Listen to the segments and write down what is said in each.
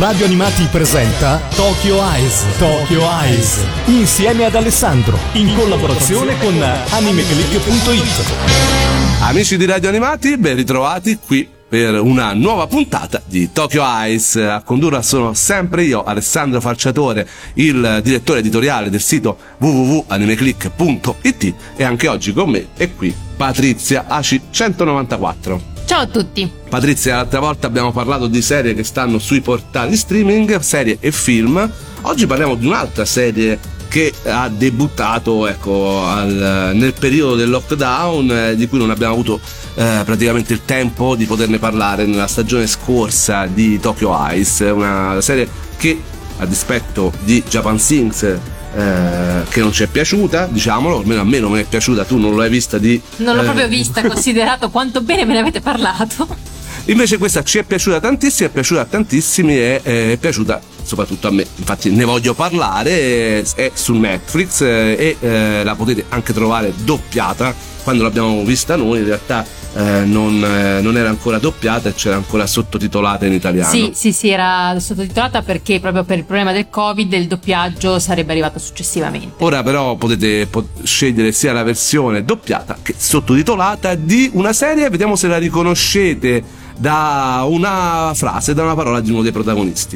Radio Animati presenta Tokyo Eyes. Tokyo Eyes. Insieme ad Alessandro. In collaborazione con animeclick.it. Amici di Radio Animati, ben ritrovati qui per una nuova puntata di Tokyo Eyes. A condurla sono sempre io, Alessandro Falciatore, il direttore editoriale del sito www.animeclick.it, e anche oggi con me è qui Patrizia AC194. Ciao a tutti. Patrizia, l'altra volta abbiamo parlato di serie che stanno sui portali streaming, serie e film. Oggi parliamo di un'altra serie che ha debuttato nel periodo del lockdown, di cui non abbiamo avuto praticamente il tempo di poterne parlare nella stagione scorsa di Tokyo Eyes. Una serie che, a dispetto di Japan Sinks, che non ci è piaciuta, diciamolo, almeno a me non è piaciuta, tu non l'hai vista non l'ho proprio vista, considerato quanto bene me ne avete parlato. Invece questa ci è piaciuta tantissimo, è piaciuta a tantissimi e è piaciuta soprattutto a me, infatti ne voglio parlare. È su Netflix e la potete anche trovare doppiata. Quando l'abbiamo vista noi in realtà non era ancora doppiata e c'era ancora sottotitolata in italiano. Sì, era sottotitolata perché proprio per il problema del Covid il doppiaggio sarebbe arrivato successivamente. Ora però potete scegliere sia la versione doppiata che sottotitolata di una serie. Vediamo se la riconoscete da una frase, da una parola di uno dei protagonisti.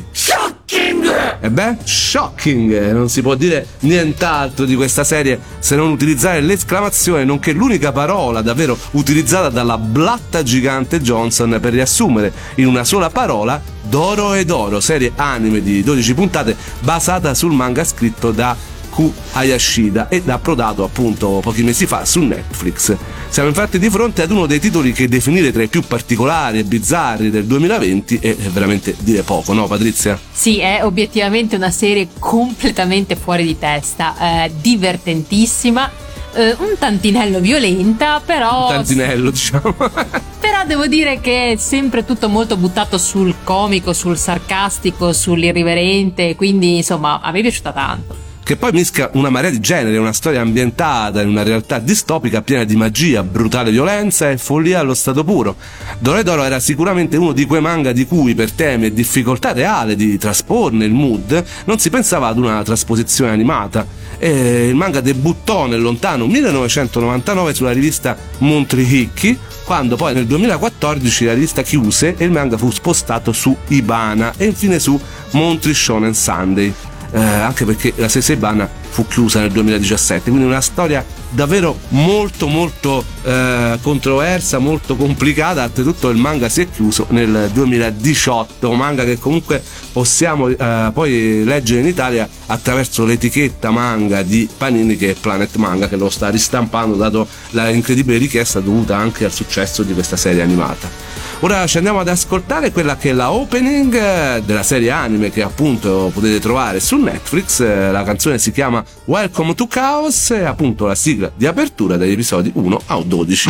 Shocking! Non si può dire nient'altro di questa serie se non utilizzare l'esclamazione, nonché l'unica parola davvero utilizzata dalla blatta gigante Johnson per riassumere in una sola parola Doro e Doro, serie anime di 12 puntate basata sul manga scritto da Ku Hayashida ed approdato appunto pochi mesi fa su Netflix. Siamo infatti di fronte ad uno dei titoli che definire tra i più particolari e bizzarri del 2020 è veramente dire poco, no Patrizia? Sì, è obiettivamente una serie completamente fuori di testa, divertentissima, un tantinello violenta, però... Un tantinello, diciamo. Però devo dire che è sempre tutto molto buttato sul comico, sul sarcastico, sull'irriverente, quindi insomma a me è piaciuta tanto. Che poi mischia una marea di generi, una storia ambientata in una realtà distopica piena di magia, brutale violenza e follia allo stato puro. Doro era sicuramente uno di quei manga di cui, per temi e difficoltà reale di trasporne il mood, non si pensava ad una trasposizione animata. E il manga debuttò nel lontano 1999 sulla rivista Montri Hikki, quando poi nel 2014 la rivista chiuse e il manga fu spostato su Ibana e infine su Montri Shonen Sunday. Anche perché la Seisebana fu chiusa nel 2017, quindi una storia davvero molto controversa, molto complicata. Oltretutto il manga si è chiuso nel 2018, un manga che comunque possiamo poi leggere in Italia attraverso l'etichetta manga di Panini, che è Planet Manga, che lo sta ristampando dato la incredibile richiesta dovuta anche al successo di questa serie animata. Ora ci andiamo ad ascoltare quella che è la opening della serie anime che appunto potete trovare su Netflix. La canzone si chiama Welcome to Chaos e appunto la sigla di apertura dagli episodi 1 a 12.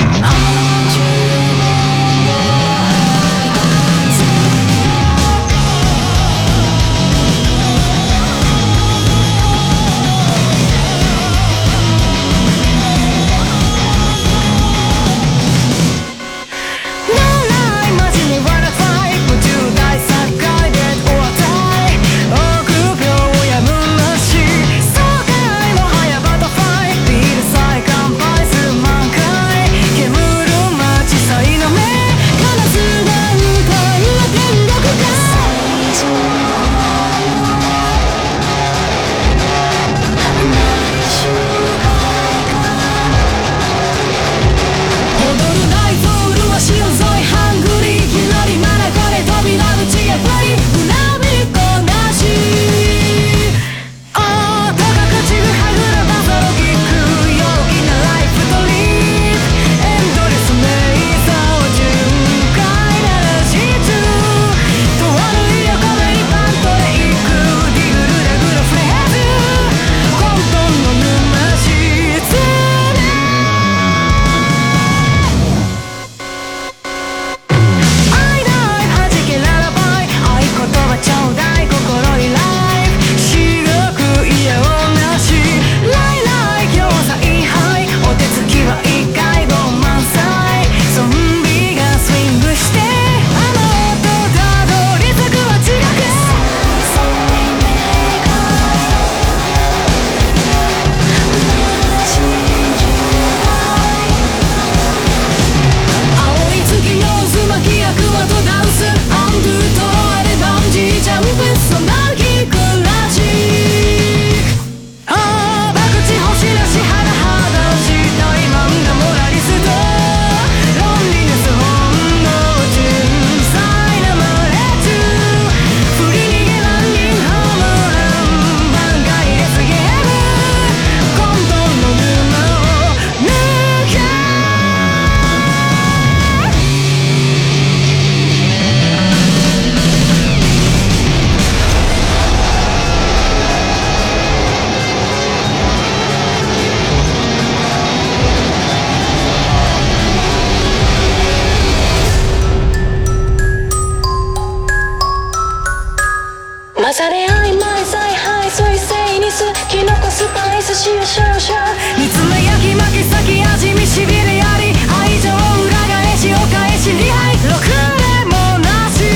混ざれ曖昧采配水性にすキノコスパイス塩少々煮詰め焼き巻き先味見しびれあり愛情裏返しお返しリハイろくでもなし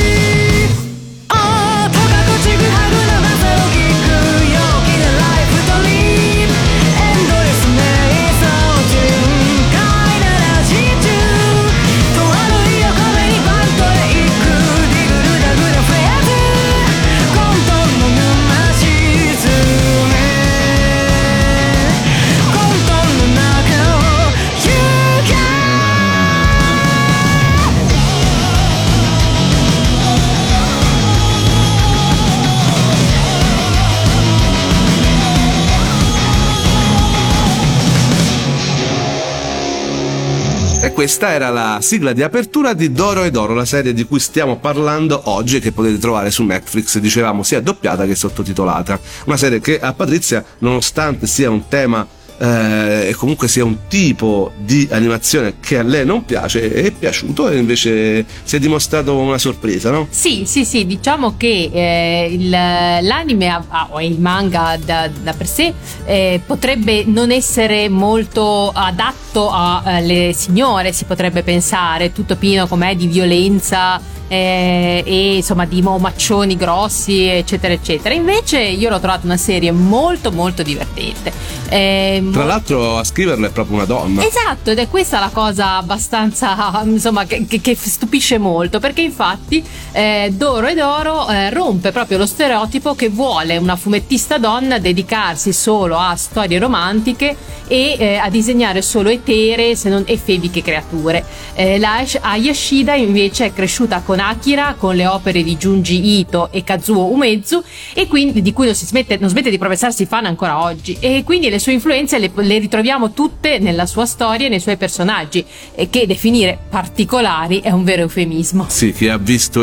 あーとかこちぐはぐなまさを聞く陽気なライフトリップエンドレス瞑想中快なラジ中とある色壁にバントへ行くディグルダグのフェアズ混沌の沼沈め混沌の中を行け E questa era la sigla di apertura di Dorohedoro, la serie di cui stiamo parlando oggi e che potete trovare su Netflix, dicevamo sia doppiata che sottotitolata. Una serie che a Patrizia, nonostante sia un tema e comunque sia un tipo di animazione che a lei non piace, è piaciuto e invece si è dimostrato una sorpresa, no? Sì, diciamo che l'anime o il manga da per sé potrebbe non essere molto adatto alle signore, si potrebbe pensare, tutto pieno com'è di violenza e insomma di omaccioni grossi eccetera eccetera. Invece io l'ho trovato una serie molto molto divertente. Tra l'altro a scriverlo è proprio una donna. Esatto, ed è questa la cosa abbastanza insomma che stupisce molto, perché infatti Dorohedoro rompe proprio lo stereotipo che vuole una fumettista donna dedicarsi solo a storie romantiche e a disegnare solo eteree se non efebiche creature. Hayashida invece è cresciuta con Akira, con le opere di Junji Ito e Kazuo Umezu, e quindi di cui non smette di professarsi fan ancora oggi, e quindi le sue influenze le ritroviamo tutte nella sua storia e nei suoi personaggi, e che definire particolari è un vero eufemismo. Sì, chi ha visto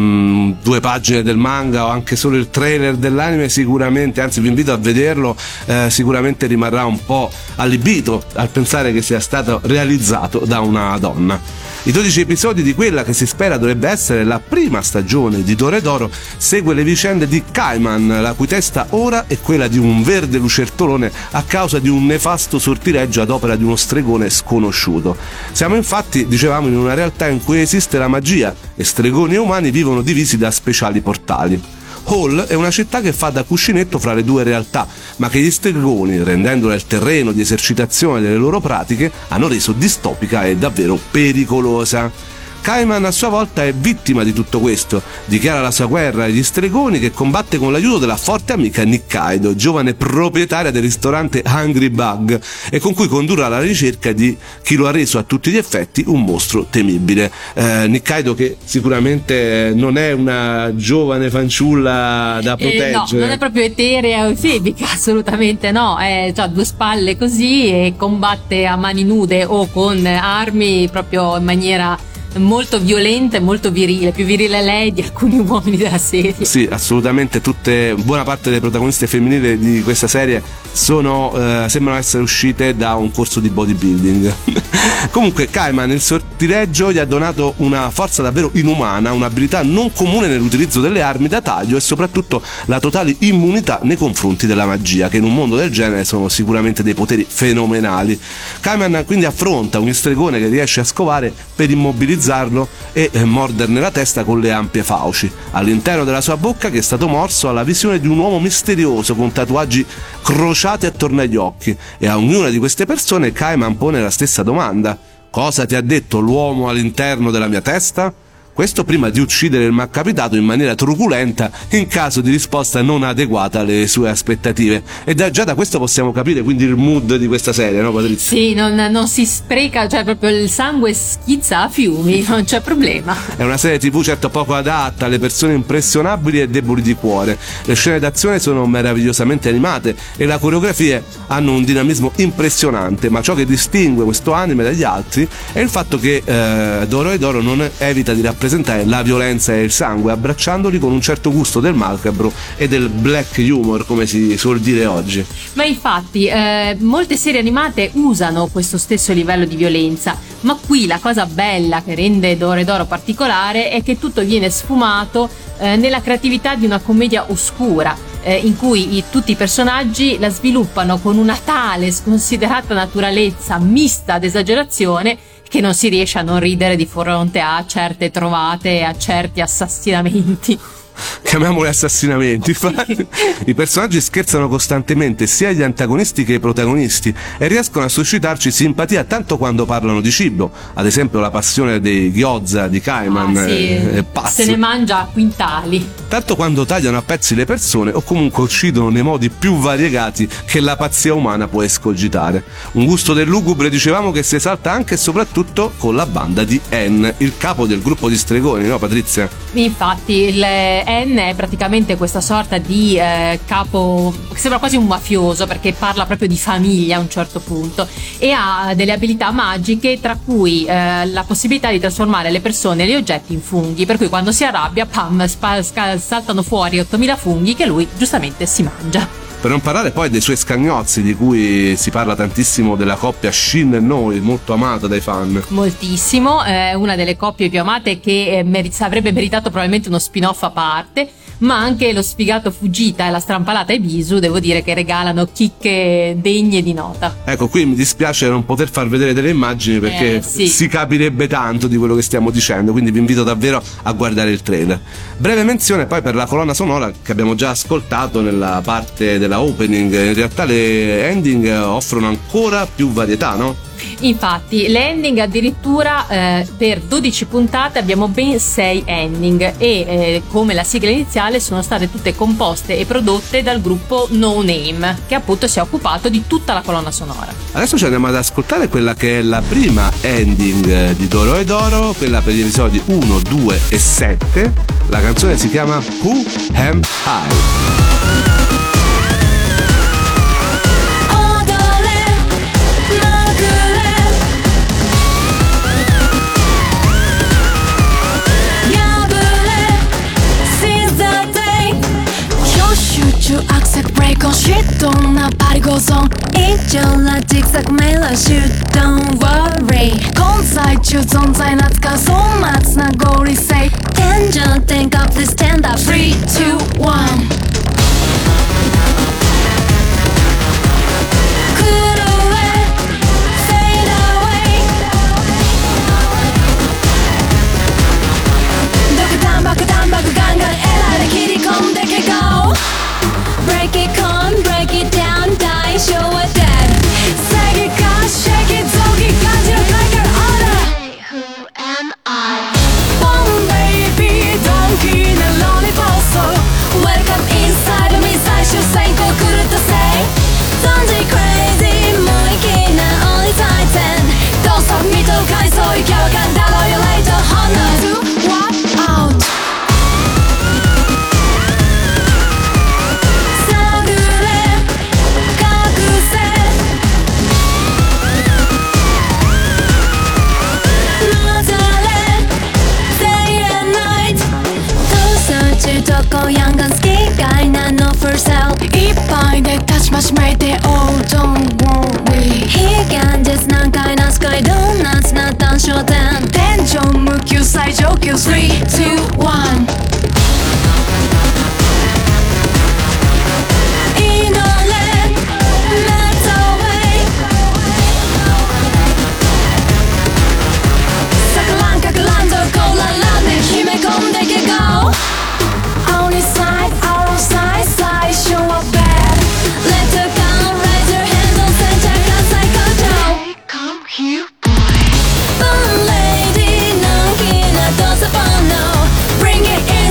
2 pagine del manga o anche solo il trailer dell'anime sicuramente, anzi vi invito a vederlo, sicuramente rimarrà un po' allibito al pensare che sia stato realizzato da una donna. I 12 episodi di quella che si spera dovrebbe essere la prima stagione di Dorohedoro segue le vicende di Kaiman, la cui testa ora è quella di un verde lucertolone a causa di un nefasto sortileggio ad opera di uno stregone sconosciuto. Siamo infatti, dicevamo, in una realtà in cui esiste la magia e stregoni e umani vivono divisi da speciali portali. Hall è una città che fa da cuscinetto fra le due realtà, ma che gli stregoni, rendendola il terreno di esercitazione delle loro pratiche, hanno reso distopica e davvero pericolosa. Kaiman a sua volta è vittima di tutto questo, dichiara la sua guerra agli stregoni, che combatte con l'aiuto della forte amica Nikkaido, giovane proprietaria del ristorante Hungry Bug, e con cui condurrà la ricerca di chi lo ha reso a tutti gli effetti un mostro temibile. Nikkaido, che sicuramente non è una giovane fanciulla da proteggere. No, non è proprio eterea o efebica, assolutamente no, ha 2 spalle così e combatte a mani nude o con armi proprio in maniera molto violenta e molto virile, più virile lei di alcuni uomini della serie. Sì, assolutamente, buona parte delle protagoniste femminili di questa serie sembrano essere uscite da un corso di bodybuilding. Comunque Kaiman, il sortileggio, gli ha donato una forza davvero inumana, un'abilità non comune nell'utilizzo delle armi da taglio e soprattutto la totale immunità nei confronti della magia, che in un mondo del genere sono sicuramente dei poteri fenomenali. Kaiman quindi affronta un stregone che riesce a scovare per immobilizzarlo e morderne la testa con le ampie fauci. All'interno della sua bocca, che è stato morso, ha la visione di un uomo misterioso con tatuaggi crociati attorno agli occhi, e a ognuna di queste persone Kaiman pone la stessa domanda: cosa ti ha detto l'uomo all'interno della mia testa? Questo prima di uccidere il malcapitato in maniera truculenta in caso di risposta non adeguata alle sue aspettative. E già da questo possiamo capire quindi il mood di questa serie, no Patrizia? Sì, non si spreca, cioè proprio il sangue schizza a fiumi, non c'è problema. È una serie TV certo poco adatta alle persone impressionabili e deboli di cuore. Le scene d'azione sono meravigliosamente animate e le coreografie hanno un dinamismo impressionante, ma ciò che distingue questo anime dagli altri è il fatto che Dorohedoro non evita di rappresentare rappresentare la violenza e il sangue, abbracciandoli con un certo gusto del macabro e del black humor, come si suol dire oggi. Ma infatti molte serie animate usano questo stesso livello di violenza, ma qui la cosa bella che rende Dorohedoro particolare è che tutto viene sfumato nella creatività di una commedia oscura, in cui tutti i personaggi la sviluppano con una tale sconsiderata naturalezza mista ad esagerazione che non si riesce a non ridere di fronte a certe trovate e a certi assassinamenti. Chiamiamoli assassinamenti. Infatti, i personaggi scherzano costantemente sia gli antagonisti che i protagonisti e riescono a suscitarci simpatia tanto quando parlano di cibo, ad esempio la passione dei gyoza di Kaiman è pazzo, se ne mangia a quintali, tanto quando tagliano a pezzi le persone o comunque uccidono nei modi più variegati che la pazzia umana può escogitare. Un gusto del lugubre, dicevamo, che si esalta anche e soprattutto con la banda di N, il capo del gruppo di stregoni, no Patrizia? infatti N è praticamente questa sorta di capo che sembra quasi un mafioso, perché parla proprio di famiglia a un certo punto e ha delle abilità magiche, tra cui la possibilità di trasformare le persone e gli oggetti in funghi, per cui quando si arrabbia saltano fuori 8000 funghi che lui giustamente si mangia. Per non parlare poi dei suoi scagnozzi, di cui si parla tantissimo, della coppia Shin e Noi, molto amata dai fan. Moltissimo, una delle coppie più amate che avrebbe meritato probabilmente uno spin-off a parte, ma anche lo sfigato Fujita e la strampalata Ebisu, devo dire che regalano chicche degne di nota. Ecco, qui mi dispiace non poter far vedere delle immagini perché sì, si capirebbe tanto di quello che stiamo dicendo, quindi vi invito davvero a guardare il trailer. Breve menzione poi per la colonna sonora che abbiamo già ascoltato nella parte della opening. In realtà le ending offrono ancora più varietà, no? Infatti le ending addirittura per 12 puntate abbiamo ben 6 ending e come la sigla iniziale sono state tutte composte e prodotte dal gruppo No Name, che appunto si è occupato di tutta la colonna sonora. Adesso ci andiamo ad ascoltare quella che è la prima ending di Dorohedoro, quella per gli episodi 1, 2 e 7. La canzone si chiama Who Am I? Accept break on shit, don't nobody goes on. It's your like zigzag mail shoot, don't worry. Konsai中存在懐か粗末な合理性。天井天下 please stand up 3, 2, 1 Break it, come, break it down, die, show it dead. Say it, God, shake it, zogi, ganjiro, tiger, honor. Hey, who am I? Bomb baby, donkey, na lollipop, so welcome inside of me, 最終選考来ると say Don't be crazy, 無意義な only titan. Don't stop me, と回想、行けわかんだろ、you later, honor. To walk out. Much made they all don't worry. He can just 難解なスカイドーナツな単焦点。天井無給最上級 3, 2, 1Bring it in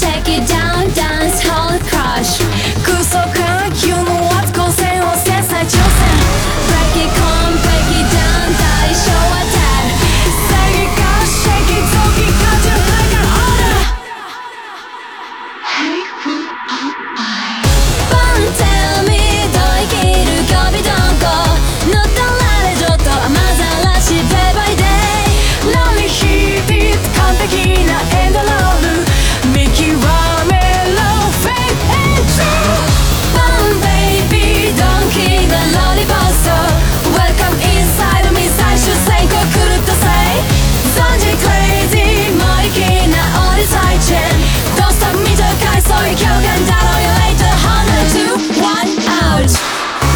take it down, dance hall crush 空想から急の圧光線を繊細挑戦 Break it come, break it down 対象は dead 正義がshake it 臓器感じる like an order Hey, who am I? Fun tell me どう生きる Go be don't go 乗ったられちょっと雨ざらし Day by day ラリ日々完璧なエンドロール見極めろ Fake and true Fun baby don't keep the lollipop Welcome inside me 最終選考狂ったせい3時 crazy もう粋な俺最チェン Don't stop me と回想に強感だろ You later 100 2 1 out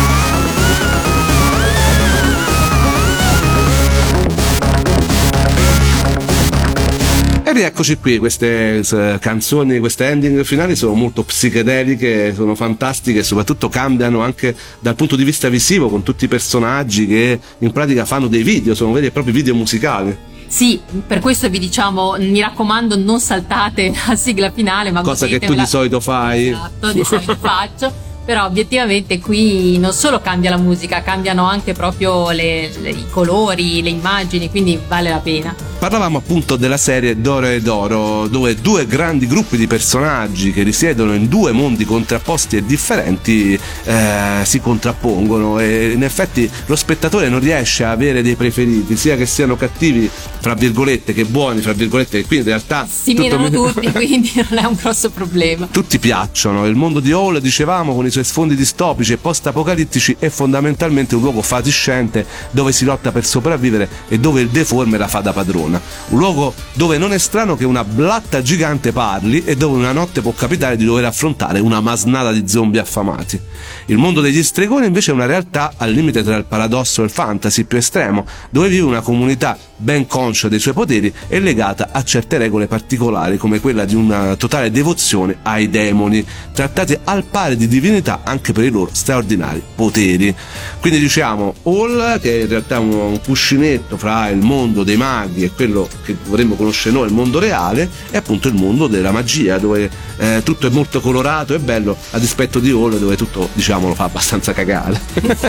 E rieccoci qui, queste canzoni, queste ending finali sono molto psichedeliche, sono fantastiche e soprattutto cambiano anche dal punto di vista visivo con tutti i personaggi che in pratica fanno dei video, sono veri e propri video musicali. Sì, per questo vi diciamo, mi raccomando, non saltate la sigla finale, ma cosa che tu di solito fai. Esatto, di solito faccio. Però obiettivamente qui non solo cambia la musica, cambiano anche proprio i colori, le immagini, quindi vale la pena. Parlavamo appunto della serie Dorohedoro, dove due grandi gruppi di personaggi che risiedono in due mondi contrapposti e differenti si contrappongono e in effetti lo spettatore non riesce a avere dei preferiti, sia che siano cattivi fra virgolette che buoni fra virgolette, e quindi in realtà si menano tutti, quindi non è un grosso problema. Tutti piacciono. Il mondo di Hall, dicevamo, con i suoi sfondi distopici e post-apocalittici, è fondamentalmente un luogo fatiscente dove si lotta per sopravvivere e dove il deforme la fa da padrona. Un luogo dove non è strano che una blatta gigante parli e dove una notte può capitare di dover affrontare una masnada di zombie affamati. Il mondo degli stregoni invece è una realtà al limite tra il paradosso e il fantasy più estremo, dove vive una comunità ben conscia dei suoi poteri e legata a certe regole particolari, come quella di una totale devozione ai demoni, trattati al pari di divinità anche per i loro straordinari poteri. Quindi diciamo Hall, che in realtà è un cuscinetto fra il mondo dei maghi e quello che dovremmo conoscere noi, il mondo reale, è appunto il mondo della magia, dove tutto è molto colorato e bello, a dispetto di Hall dove tutto, diciamo, lo fa abbastanza cagare.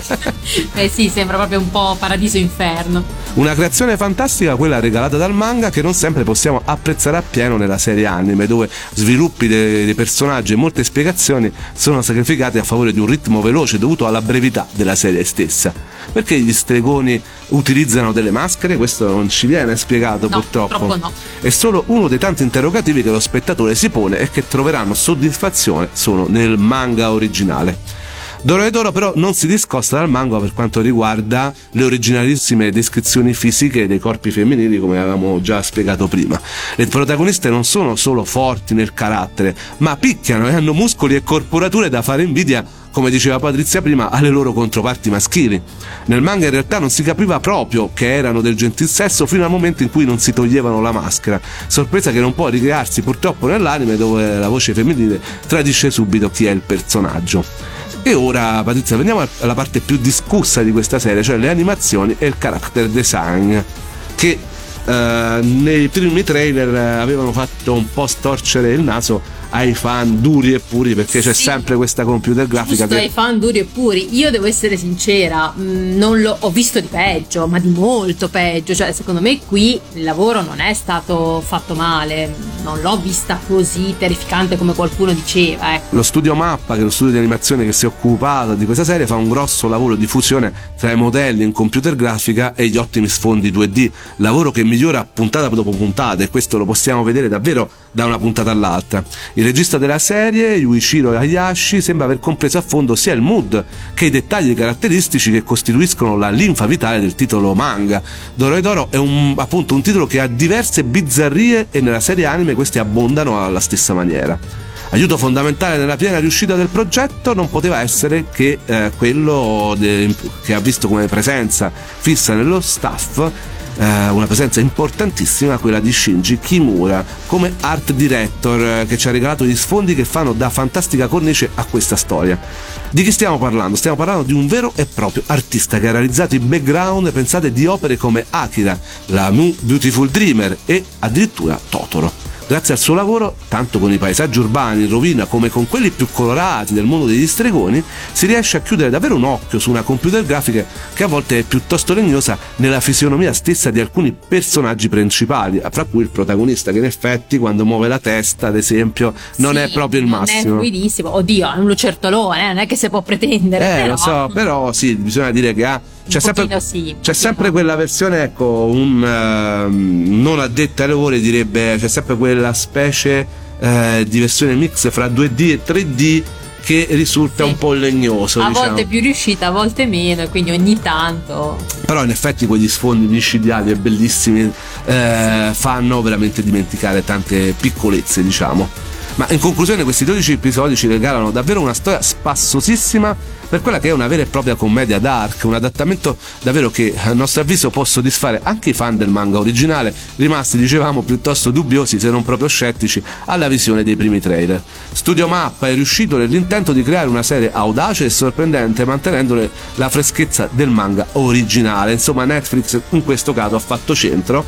Sì, sembra proprio un po' paradiso inferno. Una creazione fantastica, quella regalata dal manga, che non sempre possiamo apprezzare appieno nella serie anime, dove sviluppi dei personaggi e molte spiegazioni sono sacrificati a favore di un ritmo veloce dovuto alla brevità della serie stessa. Perché gli stregoni utilizzano delle maschere? Questo non ci viene spiegato, no, purtroppo. no. È solo uno dei tanti interrogativi che lo spettatore si pone e che troveranno soddisfazione solo nel manga originale. Dorohedoro però non si discosta dal manga per quanto riguarda le originalissime descrizioni fisiche dei corpi femminili, come avevamo già spiegato prima. Le protagoniste non sono solo forti nel carattere, ma picchiano e hanno muscoli e corporature da fare invidia, come diceva Patrizia prima, alle loro controparti maschili. Nel manga in realtà non si capiva proprio che erano del gentil sesso fino al momento in cui non si toglievano la maschera, sorpresa che non può ricrearsi purtroppo nell'anime, dove la voce femminile tradisce subito chi è il personaggio. E ora, Patrizia, veniamo alla parte più discussa di questa serie, cioè le animazioni e il character design, che nei primi trailer avevano fatto un po' storcere il naso ai fan duri e puri, perché c'è sempre questa computer grafica che... ai fan duri e puri. Io devo essere sincera, non ho visto di peggio, ma di molto peggio. Cioè, secondo me qui il lavoro non è stato fatto male, non l'ho vista così terrificante come qualcuno diceva, ecco. Lo studio Mappa, che è lo studio di animazione che si è occupato di questa serie, fa un grosso lavoro di fusione tra i modelli in computer grafica e gli ottimi sfondi 2D, lavoro che migliora puntata dopo puntata, e questo lo possiamo vedere davvero da una puntata all'altra. Il regista della serie, Yuichiro Hayashi, sembra aver compreso a fondo sia il mood che i dettagli caratteristici che costituiscono la linfa vitale del titolo manga. Dorohedoro è appunto un titolo che ha diverse bizzarrie e nella serie anime queste abbondano alla stessa maniera. Aiuto fondamentale nella piena riuscita del progetto non poteva essere che quello che ha visto come presenza fissa nello staff una presenza importantissima, quella di Shinji Kimura come art director, che ci ha regalato gli sfondi che fanno da fantastica cornice a questa storia. Di chi stiamo parlando? Stiamo parlando di un vero e proprio artista che ha realizzato i background, pensate, di opere come Akira, la Beautiful Dreamer e addirittura Totoro. Grazie al suo lavoro, tanto con i paesaggi urbani in rovina come con quelli più colorati del mondo degli stregoni, si riesce a chiudere davvero un occhio su una computer grafica che a volte è piuttosto legnosa nella fisionomia stessa di alcuni personaggi principali, fra cui il protagonista, che in effetti quando muove la testa, ad esempio, non è proprio il massimo. Non è fluidissimo. Oddio, è un lucertolone, non è che si può pretendere. Però... lo so, però sì, bisogna dire che ha... C'è sempre quella versione, ecco, non addetto ai lavori direbbe, c'è sempre quella specie di versione mix fra 2D e 3D che risulta un po' legnoso, a volte più riuscita, a volte meno, e quindi ogni tanto. Però in effetti quegli sfondi micidiali e bellissimi fanno veramente dimenticare tante piccolezze, diciamo. Ma in conclusione questi 12 episodi ci regalano davvero una storia spassosissima per quella che è una vera e propria commedia dark, un adattamento davvero che a nostro avviso può soddisfare anche i fan del manga originale, rimasti, dicevamo, piuttosto dubbiosi, se non proprio scettici, alla visione dei primi trailer. Studio Mappa è riuscito nell'intento di creare una serie audace e sorprendente, mantenendo la freschezza del manga originale. Insomma, Netflix in questo caso ha fatto centro,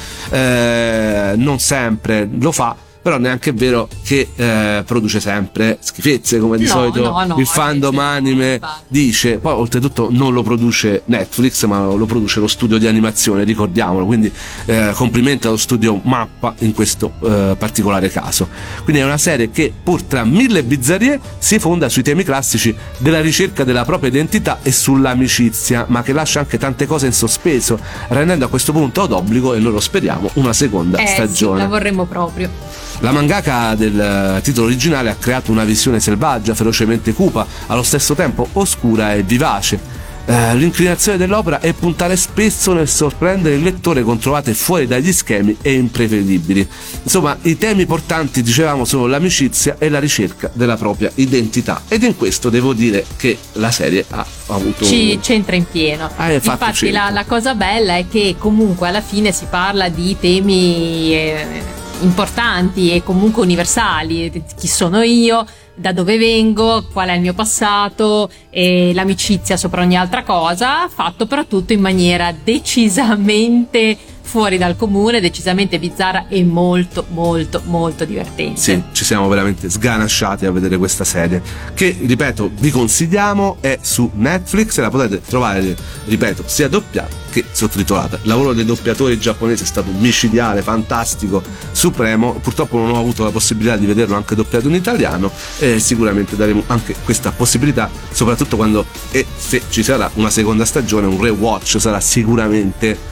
non sempre lo fa, però neanche è vero che produce sempre schifezze, come di solito il fandom anime dice. Poi oltretutto non lo produce Netflix, ma lo produce lo studio di animazione, ricordiamolo, quindi complimenti allo studio Mappa in questo particolare caso. Quindi è una serie che, pur tra mille bizzarrie, si fonda sui temi classici della ricerca della propria identità e sull'amicizia, ma che lascia anche tante cose in sospeso, rendendo a questo punto d'obbligo, e noi lo speriamo, una seconda stagione. Sì, la vorremmo proprio. La mangaka del titolo originale ha creato una visione selvaggia, ferocemente cupa, allo stesso tempo oscura e vivace. L'inclinazione dell'opera è puntare spesso nel sorprendere il lettore con trovate fuori dagli schemi e imprevedibili. Insomma, i temi portanti, dicevamo, sono l'amicizia e la ricerca della propria identità, ed in questo devo dire che la serie ha avuto... Ci c'entra in pieno. Infatti la cosa bella è che comunque alla fine si parla di temi importanti e comunque universali: chi sono io, da dove vengo, qual è il mio passato, e l'amicizia sopra ogni altra cosa, fatto però tutto in maniera decisamente fuori dal comune, decisamente bizzarra e molto molto molto divertente. Sì, ci siamo veramente sganasciati a vedere questa serie, che, ripeto, vi consigliamo, è su Netflix e la potete trovare, ripeto, sia doppiata che sottotitolata. Il lavoro dei doppiatori giapponesi è stato micidiale, fantastico, supremo. Purtroppo non ho avuto la possibilità di vederlo anche doppiato in italiano, e sicuramente daremo anche questa possibilità, soprattutto quando e se ci sarà una seconda stagione, un rewatch sarà sicuramente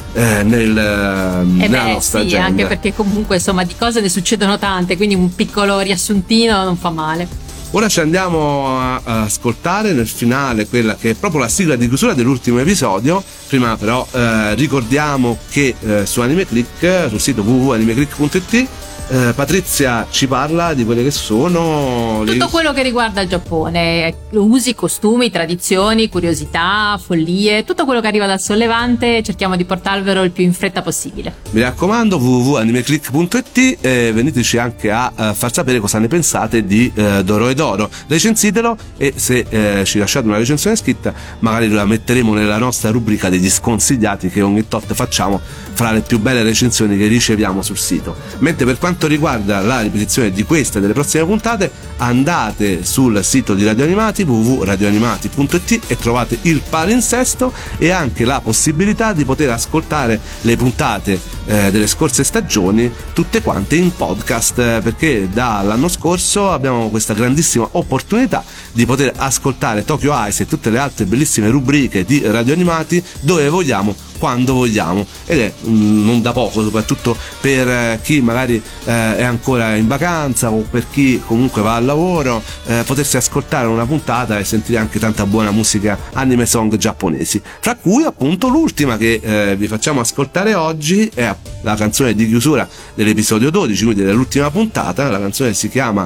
nella nostra agenda. Anche perché comunque insomma di cose ne succedono tante, quindi un piccolo riassuntino non fa male. Ora ci andiamo a ascoltare nel finale quella che è proprio la sigla di chiusura dell'ultimo episodio. Prima però ricordiamo che su Anime Click, sul sito www.animeclick.it, Patrizia ci parla di quelle che sono tutto quello che riguarda il Giappone: usi, costumi, tradizioni, curiosità, follie, tutto quello che arriva dal Sollevante. Cerchiamo di portarvelo il più in fretta possibile. Mi raccomando, www.animeclick.it, veniteci anche a far sapere cosa ne pensate di Dorohedoro. Recensitelo, e se ci lasciate una recensione scritta magari la metteremo nella nostra rubrica degli sconsigliati, che ogni tot facciamo fra le più belle recensioni che riceviamo sul sito. Mentre per quanto riguarda la ripetizione di queste e delle prossime puntate, andate sul sito di Radio Animati, www.radioanimati.it, e trovate il palinsesto e anche la possibilità di poter ascoltare le puntate delle scorse stagioni tutte quante in podcast, perché dall'anno scorso abbiamo questa grandissima opportunità di poter ascoltare Tokyo Eyes e tutte le altre bellissime rubriche di Radio Animati dove vogliamo, quando vogliamo, ed è non da poco, soprattutto per chi magari è ancora in vacanza o per chi comunque va al lavoro, potersi ascoltare una puntata e sentire anche tanta buona musica anime song giapponesi, fra cui appunto l'ultima che vi facciamo ascoltare oggi è la canzone di chiusura dell'episodio 12, quindi dell'ultima puntata. La canzone si chiama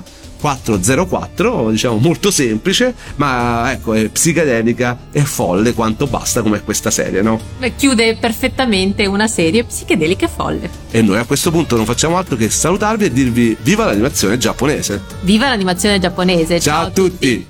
404, diciamo molto semplice, ma ecco, è psichedelica e folle quanto basta, come questa serie, no? Chiude perfettamente una serie psichedelica e folle. E noi a questo punto non facciamo altro che salutarvi e dirvi viva l'animazione giapponese. Viva l'animazione giapponese. Ciao a tutti.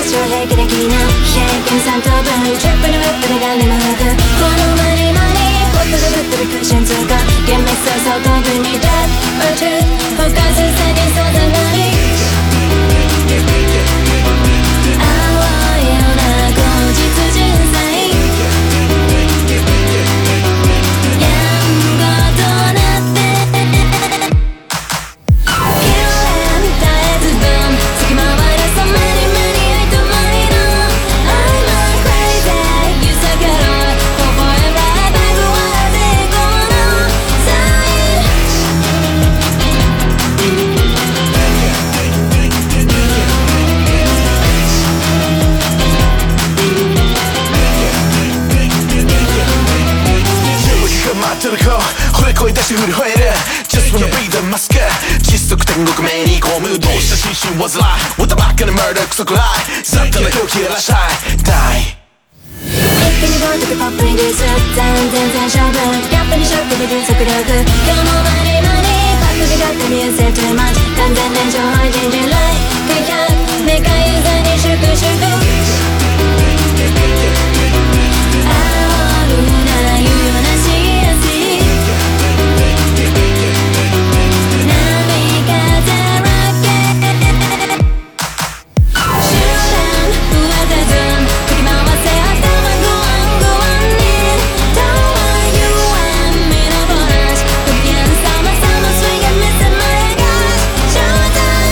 超平気できな平均3等分トリップルウィップで何でもなくこのマニマニホットでぶっとびクッション通過厳密さ相当分に Death or truth フォーカス下げそうだなり青いような後日人生やんごとなって惚れ恋出し振り吠える Just wanna be the masker 窒息天国目に込むどうした心身煩い What the back in the murder クソくらい雑多な狂気やらしたい Die 一気にゴーとくポップにデュース全然勝負ギャップにショックで分速力今日もマニマニパックで買ったミュージック too much 完全燃焼配信人類900メカユーザーに粛々煽るな言うよなしやし波風ロケ集団不当たずん振り回せ頭グワングワンにどう言わん身のボナス不機嫌さまさま水が見せまやが集団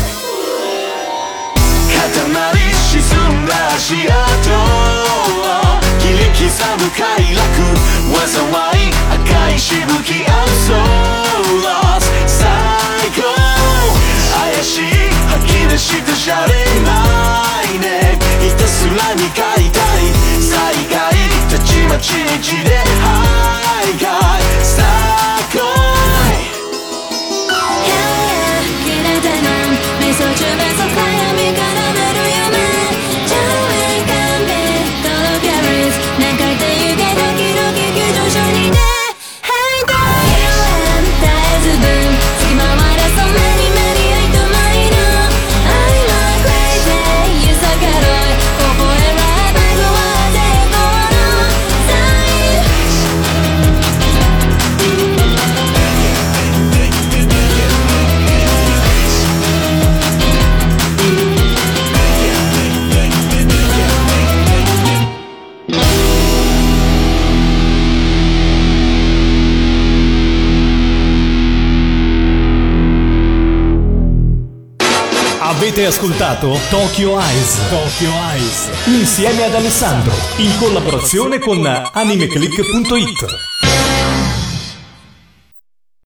塊沈んだ足跡切り刻む快楽災い赤いしぶき I'm so lost 最高怪しい吐き出したシャレないねひたすらに買いたい再会たちまち日で徘徊最高 Hell yeah 切れてなん瞑想中瞑想暗闇から見る夢上映完璧届ける何回って言うけどドキドキ急上昇にね Hey girl 絶えず分隙間割れそう目に目に愛とマイの I'm not crazy 揺さがろい微笑むバグは抵抗のサイン Avete ascoltato Tokyo Eyes. Tokyo Eyes insieme ad Alessandro in collaborazione con animeclick.it.